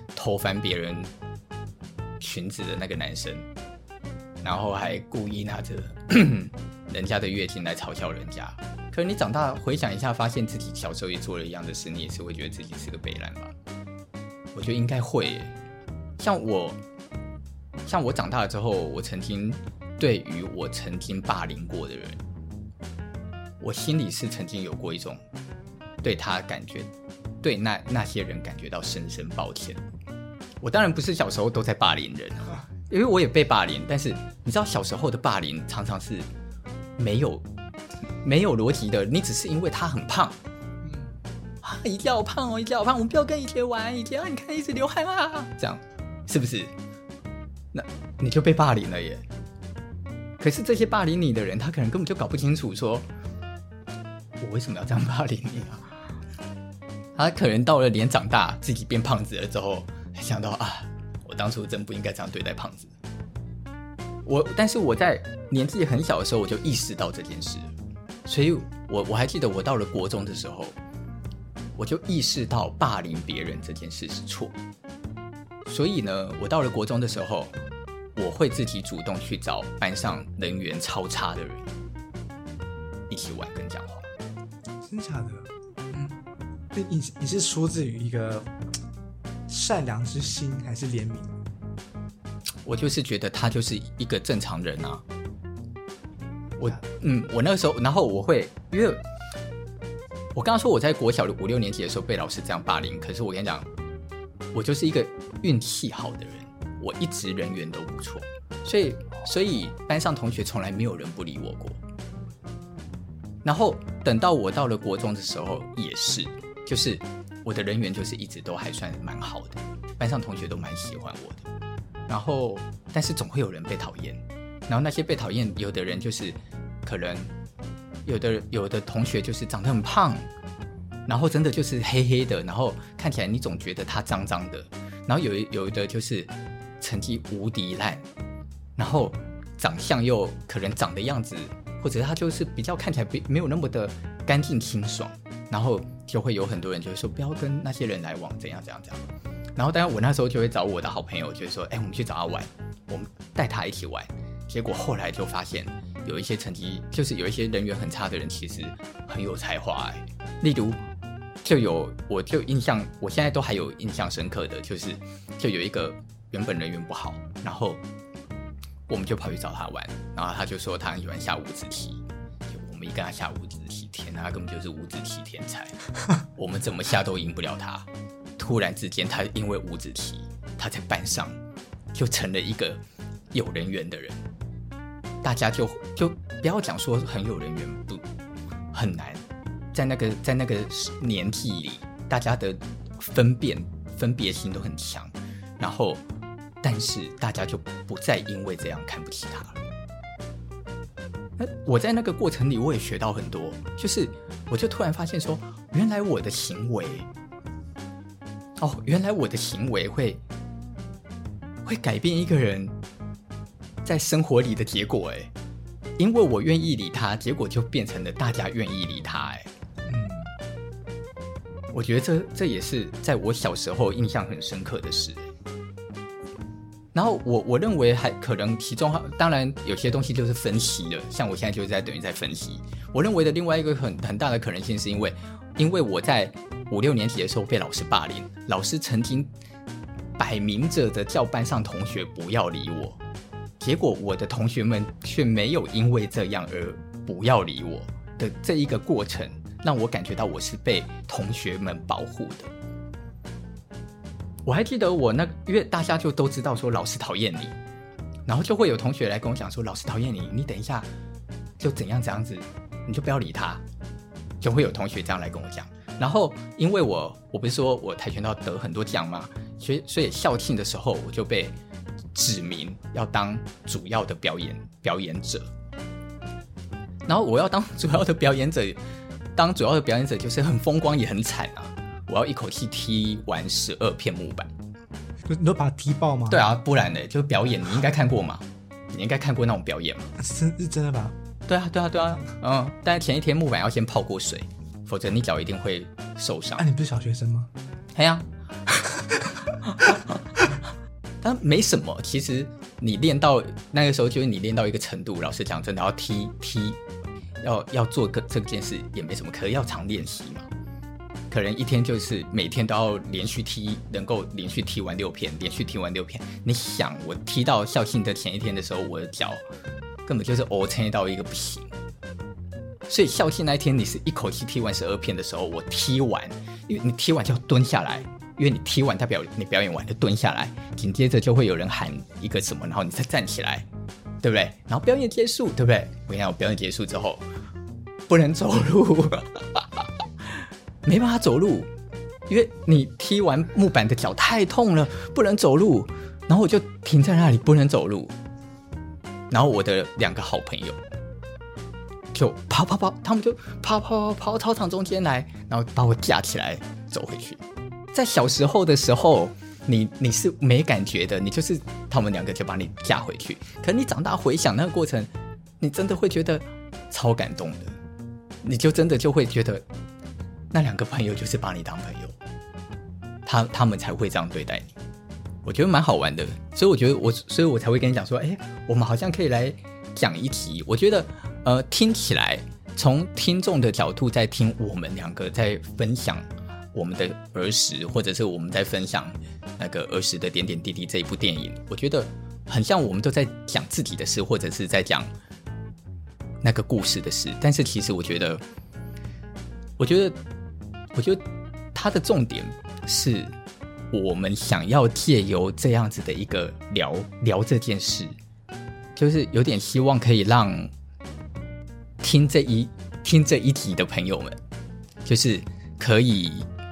偷翻别人裙子的那个男生，然后还故意拿着人家的月经来嘲笑人家。可是你长大回想一下，发现自己小时候也做了一样的事，你也是会觉得自己是个北烂吧？我觉得应该会耶。像我，像我长大了之后，我曾经对于我曾经霸凌过的人，我心里是曾经有过一种对他感觉，对那那些人感觉到深深抱歉。我当然不是小时候都在霸凌人啊，因为我也被霸凌，但是你知道小时候的霸凌常常是没有没有逻辑的，你只是因为他很胖，啊，一定要胖哦，一定要胖，我们不要跟以前玩，以前啊，你看一直流汗啊，这样是不是？那你就被霸凌了耶。可是这些霸凌你的人，他可能根本就搞不清楚说，我为什么要这样霸凌你啊？他可能到了连长大自己变胖子了之后，想到啊，我当初真不应该这样对待胖子。我，但是我在年纪很小的时候我就意识到这件事，所以我我还记得我到了国中的时候，我就意识到霸凌别人这件事是错。所以呢，我到了国中的时候，我会自己主动去找班上人缘超差的人一起玩跟讲话。 真假的？嗯，你你是出自于一个善良之心还是怜悯？ 我就是觉得他就是一个正常人啊。我嗯，我那个时候，然后我会，因为我刚刚说我在国小的五六年级的时候被老师这样霸凌，可是我跟你讲，我就是一个运气好的人，我一直人缘都不错，所以所以班上同学从来没有人不理我过。然后等到我到了国中的时候也是，就是我的人缘就是一直都还算蛮好的，班上同学都蛮喜欢我的。然后但是总会有人被讨厌，然后那些被讨厌，有的人就是可能有的有的同学就是长得很胖，然后真的就是黑黑的，然后看起来你总觉得他脏脏的，然后有有的就是成绩无敌烂，然后长相又可能长的样子，或者他就是比较看起来没有那么的干净清爽，然后就会有很多人就会说不要跟那些人来往，怎样怎样怎样。然后当然我那时候就会找我的好朋友，就是说哎，我们去找他玩，我们带他一起玩。结果后来就发现有一些成绩就是有一些人缘很差的人其实很有才华哎，例如就有我就印象我现在都还有印象深刻的就是就有一个原本人缘不好，然后我们就跑去找他玩，然后他就说他很喜欢下五子棋，我们一跟他下五子棋，天哪，他根本就是五子棋天才我们怎么下都赢不了他。突然之间他因为五子棋他在班上就成了一个有人缘的人，大家就就不要讲说很有人缘，不很难，在那个在那个年纪里，大家的分辨分别心都很强，然后但是大家就不再因为这样看不起他了。我在那个过程里我也学到很多，就是我就突然发现说，原来我的行为哦，原来我的行为会会改变一个人在生活里的结果哎，因为我愿意理他，结果就变成了大家愿意理他哎。嗯，我觉得这这也是在我小时候印象很深刻的事。然后我我认为还可能其中当然有些东西就是分析了，像我现在就是在等于在分析。我认为的另外一个很很大的可能性是因为因为我在五六年级的时候被老师霸凌，老师曾经摆明着的叫班上同学不要理我，结果我的同学们却没有因为这样而不要理我的这一个过程，让我感觉到我是被同学们保护的。我还记得我那因为大家就都知道说老师讨厌你，然后就会有同学来跟我讲说老师讨厌你，你等一下就怎样怎样子，你就不要理他，就会有同学这样来跟我讲。然后因为我我不是说我跆拳道得很多奖吗？所以所以校庆的时候我就被指明要当主要的表演表演者，然后我要当主要的表演者，当主要的表演者就是很风光也很惨啊！我要一口气踢完十二片木板， 你都把它踢爆吗？ 对啊，不然呢？就是表演，你应该看过嘛？你应该看过那种表演嘛？ 是是真的吧？ 对啊，对啊，对啊，嗯，但是前一天木板要先泡过水，否则你脚一定会受伤。 啊，你不是小学生吗？ 哎呀， 但没什么，其实你练到那个时候，就是你练到一个程度，老实讲，真的要踢踢，要要做个这件事也没什么，可是要常练习嘛。可能一天就是每天都要连续踢，能够连续踢完六片，连续踢完六片。你想，我踢到校庆的前一天的时候，我的脚根本就是 O K 到一个不行。所以校庆那一天，你是一口气踢完十二片的时候，我踢完，因为你踢完就要蹲下来。因为你踢完，他表你表演完就蹲下来，紧接着就会有人喊一个什么，然后你再站起来，对不对？然后表演结束，对不对？我跟你讲，我表演结束之后不能走路，没办法走路，因为你踢完木板的脚太痛了，不能走路。然后我就停在那里不能走路，然后我的两个好朋友就跑跑跑，他们就跑跑跑跑到操场中间来，然后把我架起来走回去。在小时候的时候，你你是没感觉的，你就是他们两个就把你架回去。可是你长大回想那个过程，你真的会觉得超感动的，你就真的就会觉得那两个朋友就是把你当朋友，他他们才会这样对待你。我觉得蛮好玩的，所以我觉得我，所以我才会跟你讲说，哎，我们好像可以来讲一集。我觉得，呃，听起来从听众的角度在听我们两个在分享我们的儿时，或者是我们在分享那个儿时的点点滴滴这一部电影，我觉得很像我们都在讲自己的事，或者是在讲那个故事的事。但是其实我觉得，我觉得，我觉得它的重点是我们想要借由这样子的一个聊聊这件事，就是有点希望可以让听这一听这一集的朋友们，就是可以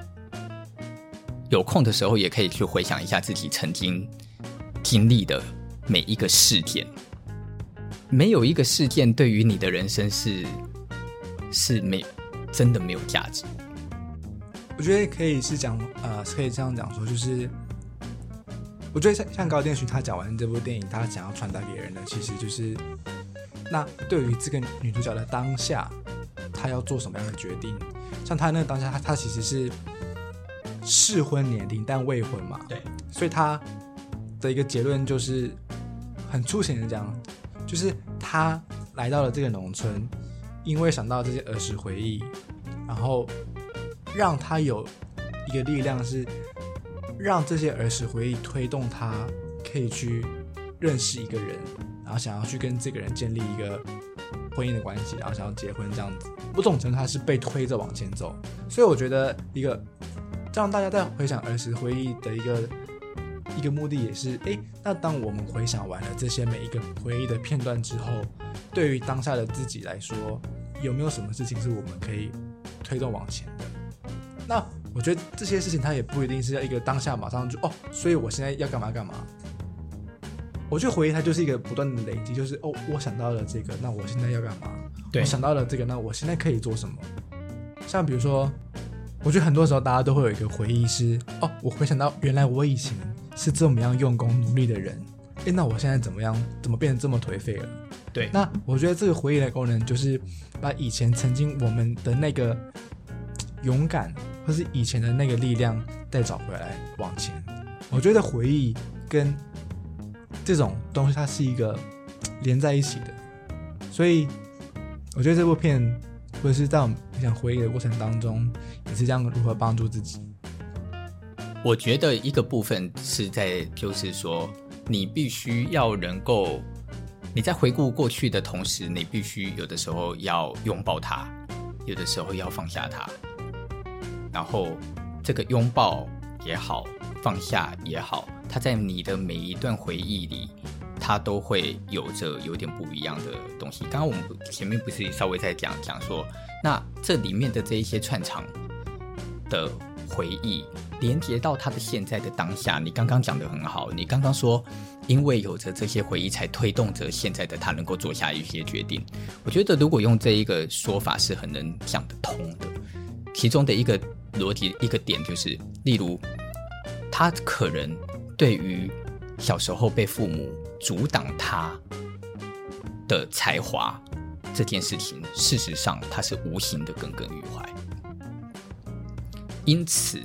有空的时候也可以去回想一下自己曾经经历的每一个事件。没有一个事件对于你的人生是是没真的没有价值。 我觉得可以是讲呃，可以这样讲说，就是我觉得像像高建勋他讲完这部电影，他想要传达给人的，其实就是那对于这个女主角的当下，她要做什么样的决定？像她那个当下，她她其实是适婚年龄但未婚嘛， 对， 所以她的一个结论就是很粗浅的讲，就是她来到了这个农村，因为想到这些儿时回忆，然后让她有一个力量是让这些儿时回忆推动她可以去认识一个人，然后想要去跟这个人建立一个婚姻的关系，然后想要结婚这样子。某种程度他是被推着往前走，所以我觉得一个让大家在回想儿时回忆的一个一个目的也是，哎，那当我们回想完了这些每一个回忆的片段之后，对于当下的自己来说，有没有什么事情是我们可以推动往前的？那我觉得这些事情它也不一定是要一个当下马上就哦，所以我现在要干嘛干嘛。我觉得回忆它就是一个不断的累积，就是哦，我想到了这个，那我现在要干嘛？ 对， 我想到了这个，那我现在可以做什么？像比如说，我觉得很多时候大家都会有一个回忆是，哦，我回想到原来我以前是这么样用功努力的人，诶，那我现在怎么样？怎么变得这么颓废了？ 对， 那我觉得这个回忆的功能就是把以前曾经我们的那个勇敢，或是以前的那个力量再找回来往前。我觉得回忆跟这种东西它是一个连在一起的，所以我觉得这部片或者是在我们想回忆的过程当中也是这样如何帮助自己。 我觉得一个部分是在就是说你必须要能够你在回顾过去的同时，你必须有的时候要拥抱它，有的时候要放下它，然后这个拥抱也好，放下也好，它在你的每一段回忆里，它都会有着有点不一样的东西。刚刚我们前面不是稍微在讲讲说，那这里面的这一些串场的回忆连接到他的现在的当下，你刚刚讲得很好，你刚刚说因为有着这些回忆才推动着现在的他能够做下一些决定。我觉得如果用这一个说法是很能讲得通的，其中的一个逻辑一个点就是，例如他可能对于小时候被父母阻挡他的才华这件事情，事实上他是无形的耿耿于怀，因此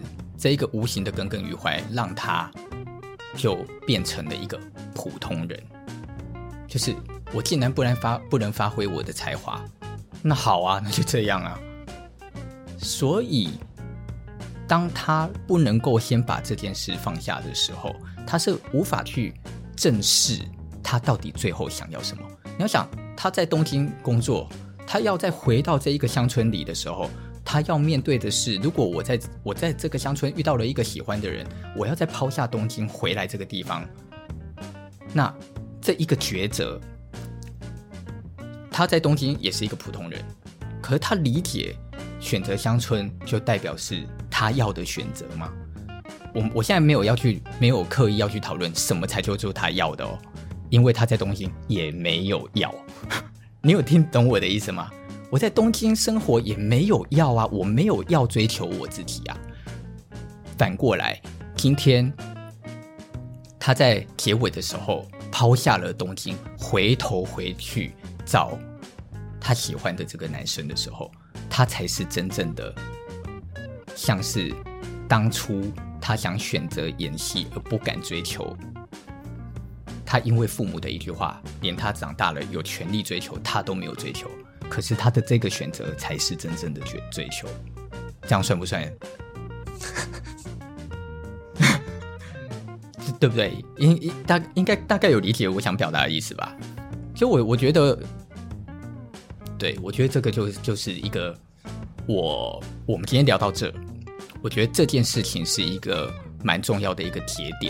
这一个无形的耿耿于怀，让他就变成了一个普通人。就是我竟然不能发不能发挥我的才华，那好啊，那就这样啊。所以当他不能够先把这件事放下的时候，他是无法去正视他到底最后想要什么。你要想，他在东京工作，他要再回到这一个乡村里的时候，他要面对的是，如果我在我在这个乡村遇到了一个喜欢的人，我要再抛下东京回来这个地方，那这一个抉择，他在东京也是一个普通人，可是他理解选择乡村就代表是他要的选择吗？我我现在没有要去，没有刻意要去讨论什么才叫做他要的哦，因为他在东京也没有要。你有听懂我的意思吗？我在东京生活也没有要啊，我没有要追求我自己啊。反过来，今天他在结尾的时候抛下了东京，回头回去找他喜欢的这个男生的时候，他才是真正的像是当初他想选择演戏而不敢追求，他因为父母的一句话，连他长大了有权利追求他都没有追求，可是他的这个选择才是真正的追求。这样算不算对不对？应大应该大概有理解我想表达的意思吧？就我我觉得，对，我觉得这个就就是一个我我们今天聊到这，我觉得这件事情是一个蛮重要的一个节点。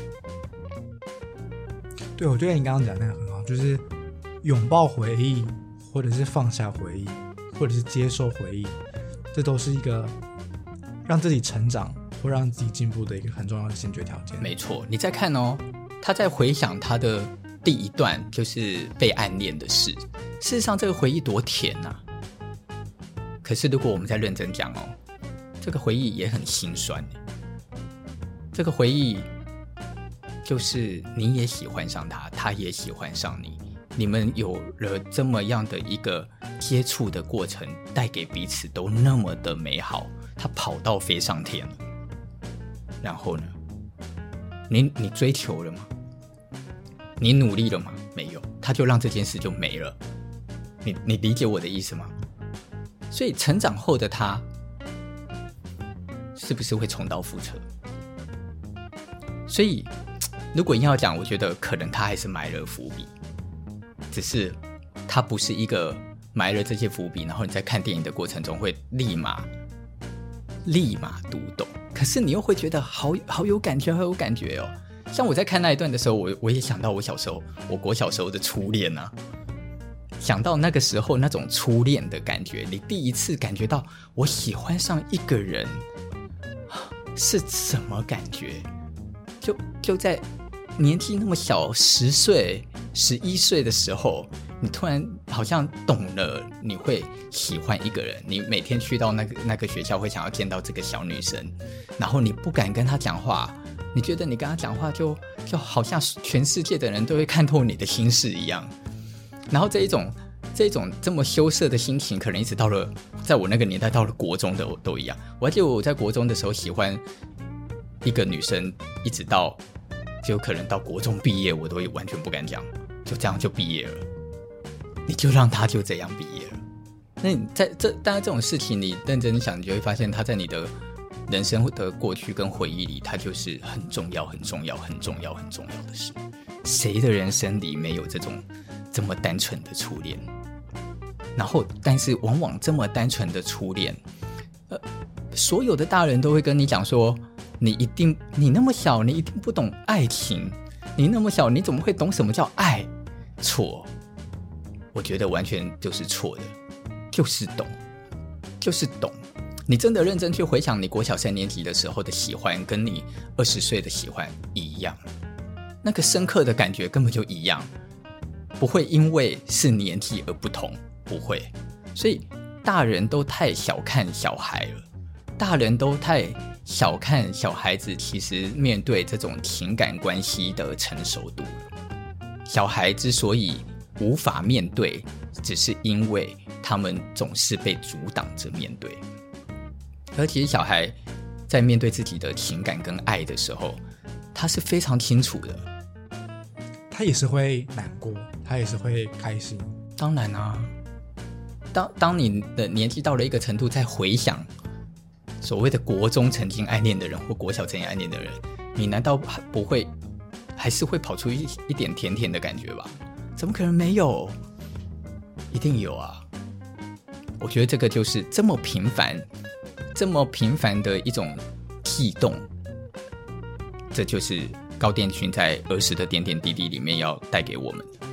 对，我觉得你刚刚讲的那个很好，就是拥抱回忆，或者是放下回忆，或者是接受回忆，这都是一个让自己成长或让自己进步的一个很重要的先决条件。 没错，你再看哦，他在回想他的第一段就是被暗恋的事，事实上这个回忆多甜啊！可是如果我们再认真讲哦，这个回忆也很心酸。这个回忆就是你也喜欢上他，他也喜欢上你，你们有了这么样的一个接触的过程，带给彼此都那么的美好，他跑到飞上天了，然后呢？你你追求了吗？你努力了吗？没有，他就让这件事就没了。你你理解我的意思吗？所以成长后的他，是不是会重蹈覆辙？所以，如果硬要讲，我觉得可能他还是埋了伏笔，只是他不是一个埋了这些伏笔，然后你在看电影的过程中会立马立马读懂。可是你又会觉得好好有感觉，好有感觉哦。像我在看那一段的时候，我我也想到我小时候，我国小时候的初恋啊，想到那个时候那种初恋的感觉，你第一次感觉到我喜欢上一个人是什么感觉？就就在年纪那么小，十岁、十一岁的时候，你突然好像懂了，你会喜欢一个人。你每天去到那个那个学校，会想要见到这个小女生，然后你不敢跟她讲话，你觉得你跟她讲话就就好像全世界的人都会看透你的心事一样。然后这一种这一种这么羞涩的心情，可能一直到了在我那个年代，到了国中的都一样。我还记得我在国中的时候喜欢一个女生，一直到就可能到国中毕业，我都完全不敢讲，就这样就毕业了。你就让他就这样毕业了。那你在这当然这种事情，你认真想，你就会发现他在你的人生的过去跟回忆里，他就是很重要、很重要、很重要、很重要的事。谁的人生里没有这种这么单纯的初恋？然后，但是往往这么单纯的初恋，呃，所有的大人都会跟你讲说，你一定你那么小，你一定不懂爱情。你那么小，你怎么会懂什么叫爱？错。我觉得完全就是错的，就是懂，就是懂。你真的认真去回想你国小三年级的时候的喜欢，跟你二十岁的喜欢一样，那个深刻的感觉根本就一样，不会因为是年纪而不同，不会。所以大人都太小看小孩了，大人都太小看小孩子，其实面对这种情感关系的成熟度了。小孩之所以无法面对，只是因为他们总是被阻挡着面对。而其实小孩在面对自己的情感跟爱的时候，他是非常清楚的。 他也是会难过，他也是会开心。 当然啊，当当你的年纪到了一个程度，再回想所谓的国中曾经暗恋的人或国小曾经暗恋的人，你难道不会还是会跑出 一, 一点甜甜的感觉吧？怎么可能没有？一定有啊！我觉得这个就是这么平凡这么平凡的一种悸动，这就是高殿勋在儿时的点点滴滴里面要带给我们的。